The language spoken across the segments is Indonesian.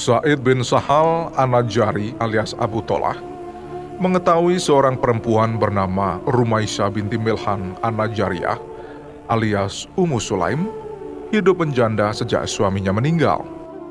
Sa'id bin Sahal An-Najjari alias Abu Tolah mengetahui seorang perempuan bernama Rumaisyah binti Milhan An-Najjariyah alias Ummu Sulaim hidup menjanda sejak suaminya meninggal.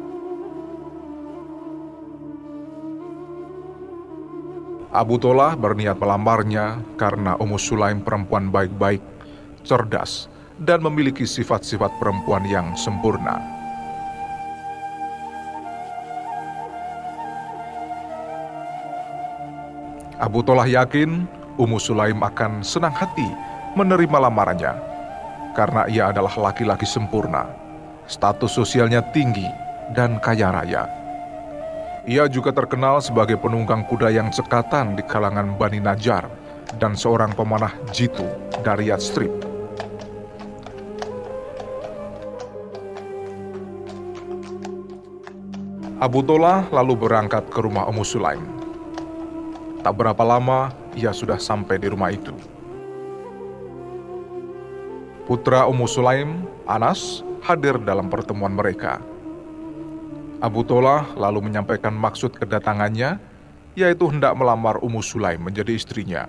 Abu Tolah berniat melamarnya karena Ummu Sulaim perempuan baik-baik, cerdas, dan memiliki sifat-sifat perempuan yang sempurna. Abu Tolah yakin Ummu Sulaim akan senang hati menerima lamarannya karena ia adalah laki-laki sempurna, status sosialnya tinggi, dan kaya raya. Ia juga terkenal sebagai penunggang kuda yang cekatan di kalangan Bani Najjar dan seorang pemanah jitu dari Yathrib. Abu Tolah lalu berangkat ke rumah Ummu Sulaim. Tak berapa lama, ia sudah sampai di rumah itu. Putra Ummu Sulaim, Anas, hadir dalam pertemuan mereka. Abu Tolah lalu menyampaikan maksud kedatangannya, yaitu hendak melamar Ummu Sulaim menjadi istrinya.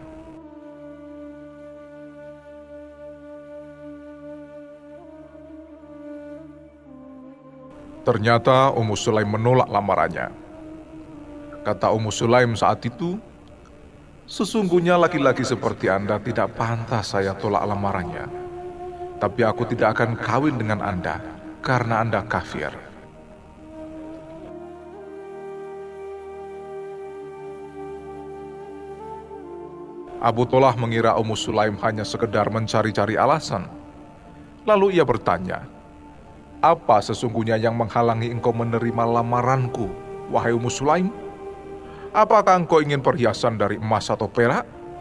Ternyata Ummu Sulaim menolak lamarannya. Kata Ummu Sulaim saat itu, "Sesungguhnya laki-laki seperti Anda tidak pantas saya tolak lamarannya. Tapi aku tidak akan kawin dengan Anda karena Anda kafir." Abu Tolah mengira Ummu Sulaim hanya sekedar mencari-cari alasan. Lalu ia bertanya, "Apa sesungguhnya yang menghalangi engkau menerima lamaranku, wahai Ummu Sulaim? Apakah engkau ingin perhiasan dari emas atau perak?"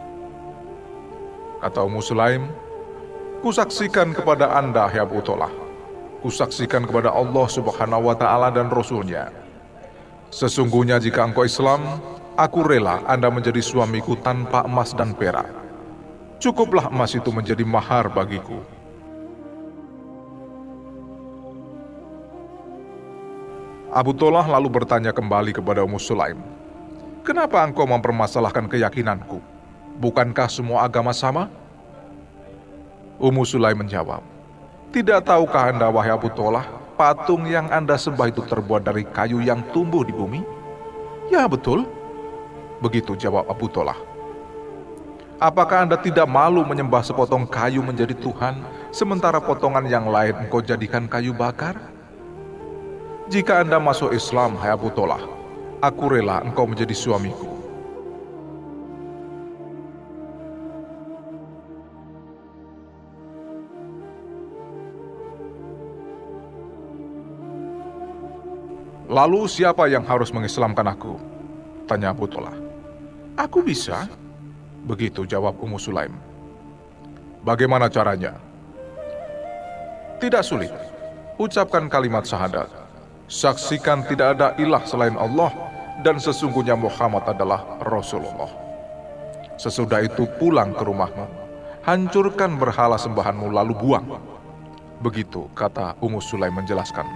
Kata Ummu Sulaim, "Kusaksikan kepada Anda, ya Abu Tolah. Kusaksikan kepada Allah Subhanahu wa Ta'ala dan Rasul-Nya. Sesungguhnya jika engkau Islam, aku rela Anda menjadi suamiku tanpa emas dan perak. Cukuplah emas itu menjadi mahar bagiku." Abu Tolah lalu bertanya kembali kepada Ummu Sulaim, "Kenapa engkau mempermasalahkan keyakinanku? Bukankah semua agama sama?" Ummu Sulaim menjawab, "Tidak tahukah Anda, wahai Abu Tolah, patung yang Anda sembah itu terbuat dari kayu yang tumbuh di bumi?" "Ya, betul." Begitu jawab Abu Tolah. "Apakah Anda tidak malu menyembah sepotong kayu menjadi Tuhan, sementara potongan yang lain engkau jadikan kayu bakar? Jika Anda masuk Islam, hai Abu Tolah, aku rela engkau menjadi suamiku." "Lalu siapa yang harus mengislamkan aku?" tanya Abu Tolah. "Aku bisa." Begitu jawab Ummu Sulaim. "Bagaimana caranya?" "Tidak sulit. Ucapkan kalimat syahadat. Saksikan tidak ada ilah selain Allah dan sesungguhnya Muhammad adalah Rasulullah. Sesudah itu pulang ke rumahmu, hancurkan berhala sembahanmu lalu buang." Begitu kata Ummu Sulaim menjelaskan.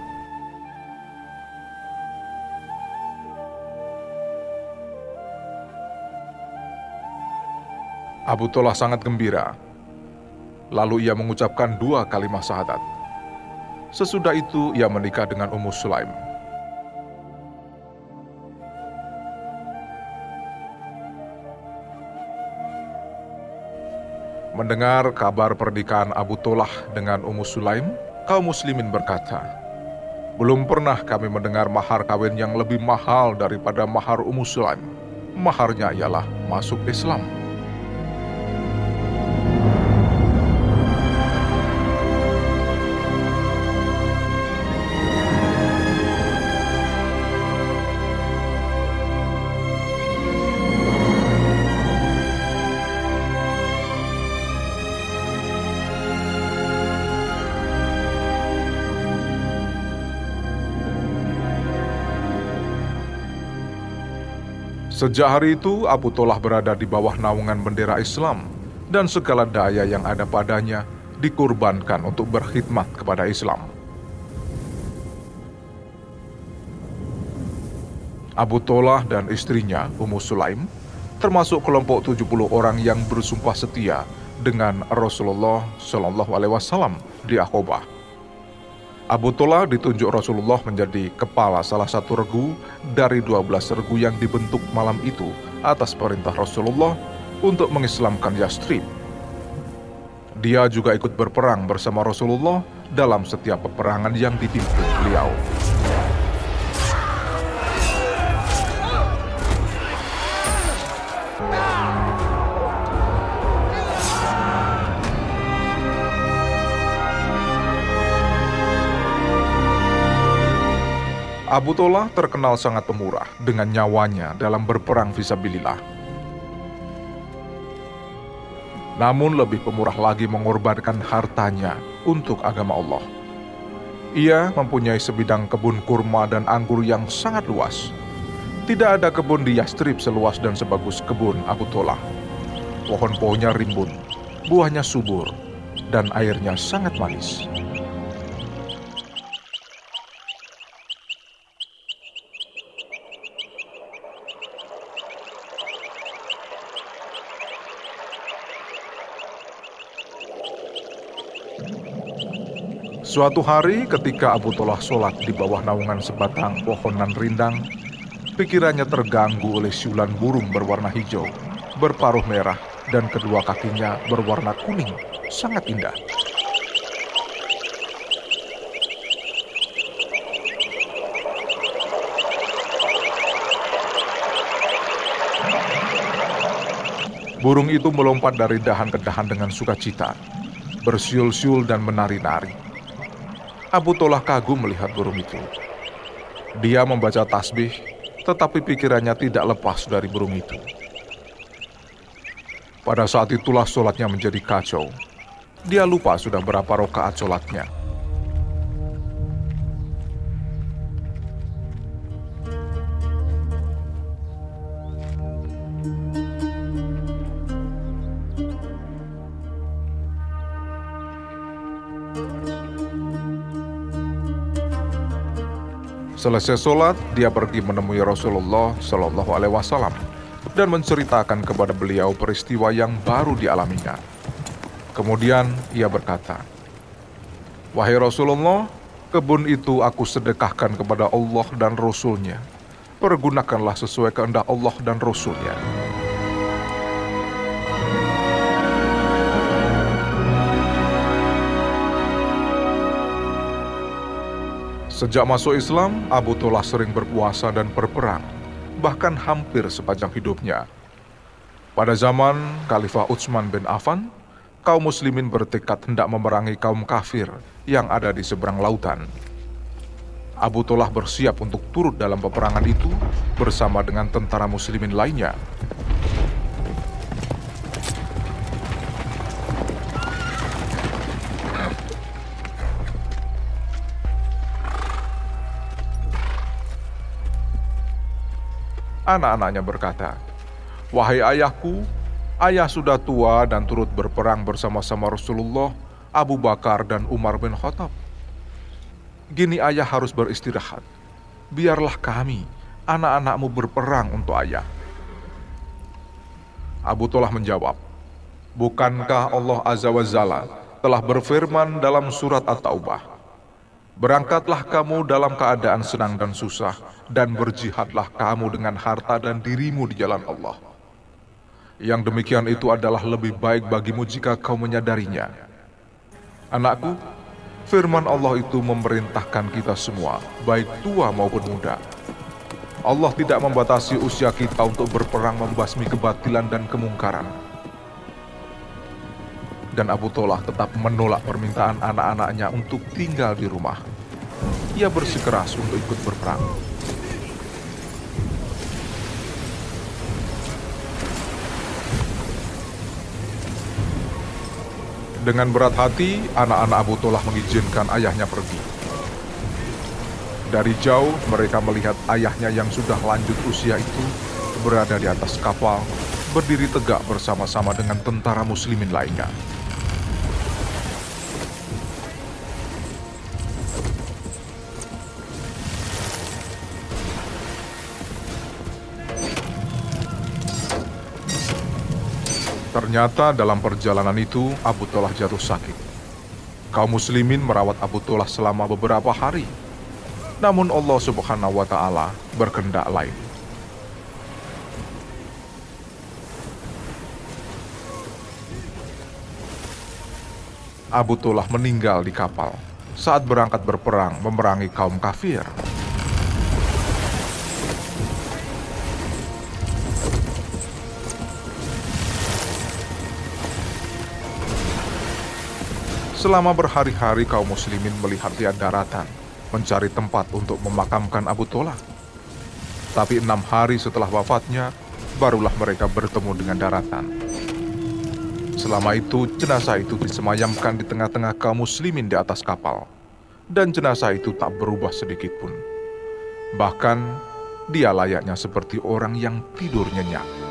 Abu Tolah sangat gembira. Lalu ia mengucapkan 2 kalimat syahadat. Sesudah itu ia menikah dengan Ummu Sulaim. Mendengar kabar pernikahan Abu Tolah dengan Ummu Sulaim, kaum muslimin berkata, "Belum pernah kami mendengar mahar kawin yang lebih mahal daripada mahar Ummu Sulaim. Maharnya ialah masuk Islam." Sejak hari itu, Abu Tolah berada di bawah naungan bendera Islam, dan segala daya yang ada padanya dikorbankan untuk berkhidmat kepada Islam. Abu Tolah dan istrinya, Ummu Sulaim, termasuk kelompok 70 orang yang bersumpah setia dengan Rasulullah Shallallahu Alaihi Wasallam di Aqobah. Abu Tolah ditunjuk Rasulullah menjadi kepala salah satu regu dari 12 regu yang dibentuk malam itu atas perintah Rasulullah untuk mengislamkan Yastrib. Dia juga ikut berperang bersama Rasulullah dalam setiap peperangan yang dipimpin beliau. Abu Tolah terkenal sangat pemurah dengan nyawanya dalam berperang fisabilillah. Namun lebih pemurah lagi mengorbankan hartanya untuk agama Allah. Ia mempunyai sebidang kebun kurma dan anggur yang sangat luas. Tidak ada kebun di Yastrib seluas dan sebagus kebun Abu Tolah. Pohon-pohonnya rimbun, buahnya subur, dan airnya sangat manis. Suatu hari ketika Abu Tolah sholat di bawah naungan sebatang pohonan rindang, pikirannya terganggu oleh siulan burung berwarna hijau, berparuh merah, dan kedua kakinya berwarna kuning, sangat indah. Burung itu melompat dari dahan ke dahan dengan sukacita, bersiul-siul dan menari-nari. Abu Tolah kagum melihat burung itu. Dia membaca tasbih, tetapi pikirannya tidak lepas dari burung itu. Pada saat itulah sholatnya menjadi kacau. Dia lupa sudah berapa rakaat sholatnya. Selesai sholat, dia pergi menemui Rasulullah Shallallahu Alaihi Wasallam dan menceritakan kepada beliau peristiwa yang baru dialaminya. Kemudian ia berkata, "Wahai Rasulullah, kebun itu aku sedekahkan kepada Allah dan Rasul-Nya. Pergunakanlah sesuai kehendak Allah dan Rasul-Nya." Sejak masuk Islam, Abu Tolah sering berpuasa dan berperang, bahkan hampir sepanjang hidupnya. Pada zaman Khalifah Utsman bin Affan, kaum muslimin bertekad hendak memerangi kaum kafir yang ada di seberang lautan. Abu Tolah bersiap untuk turut dalam peperangan itu bersama dengan tentara muslimin lainnya. Anak-anaknya berkata, "Wahai ayahku, ayah sudah tua dan turut berperang bersama-sama Rasulullah, Abu Bakar dan Umar bin Khattab. Gini ayah harus beristirahat. Biarlah kami, anak-anakmu berperang untuk ayah." Abu Tolah menjawab, "Bukankah Allah Azza wa Jalla telah berfirman dalam surat At-Taubah, 'Berangkatlah kamu dalam keadaan senang dan susah, dan berjihadlah kamu dengan harta dan dirimu di jalan Allah. Yang demikian itu adalah lebih baik bagimu jika kau menyadarinya.' Anakku, firman Allah itu memerintahkan kita semua, baik tua maupun muda. Allah tidak membatasi usia kita untuk berperang membasmi kebatilan dan kemungkaran." Dan Abu Tolah tetap menolak permintaan anak-anaknya untuk tinggal di rumah. Ia bersikeras untuk ikut berperang. Dengan berat hati, anak-anak Abu Tolah mengizinkan ayahnya pergi. Dari jauh, mereka melihat ayahnya yang sudah lanjut usia itu berada di atas kapal, berdiri tegak bersama-sama dengan tentara muslimin lainnya. Ternyata dalam perjalanan itu Abu Tolah jatuh sakit. Kaum muslimin merawat Abu Tolah selama beberapa hari. Namun Allah Subhanahu wa Ta'ala berkehendak lain. Abu Tolah meninggal di kapal saat berangkat berperang memerangi kaum kafir. Selama berhari-hari kaum muslimin melihat lihat daratan, mencari tempat untuk memakamkan Abu Tolah. Tapi 6 hari setelah wafatnya, barulah mereka bertemu dengan daratan. Selama itu, jenazah itu disemayamkan di tengah-tengah kaum muslimin di atas kapal. Dan jenazah itu tak berubah sedikit pun. Bahkan, dia layaknya seperti orang yang tidur nyenyak.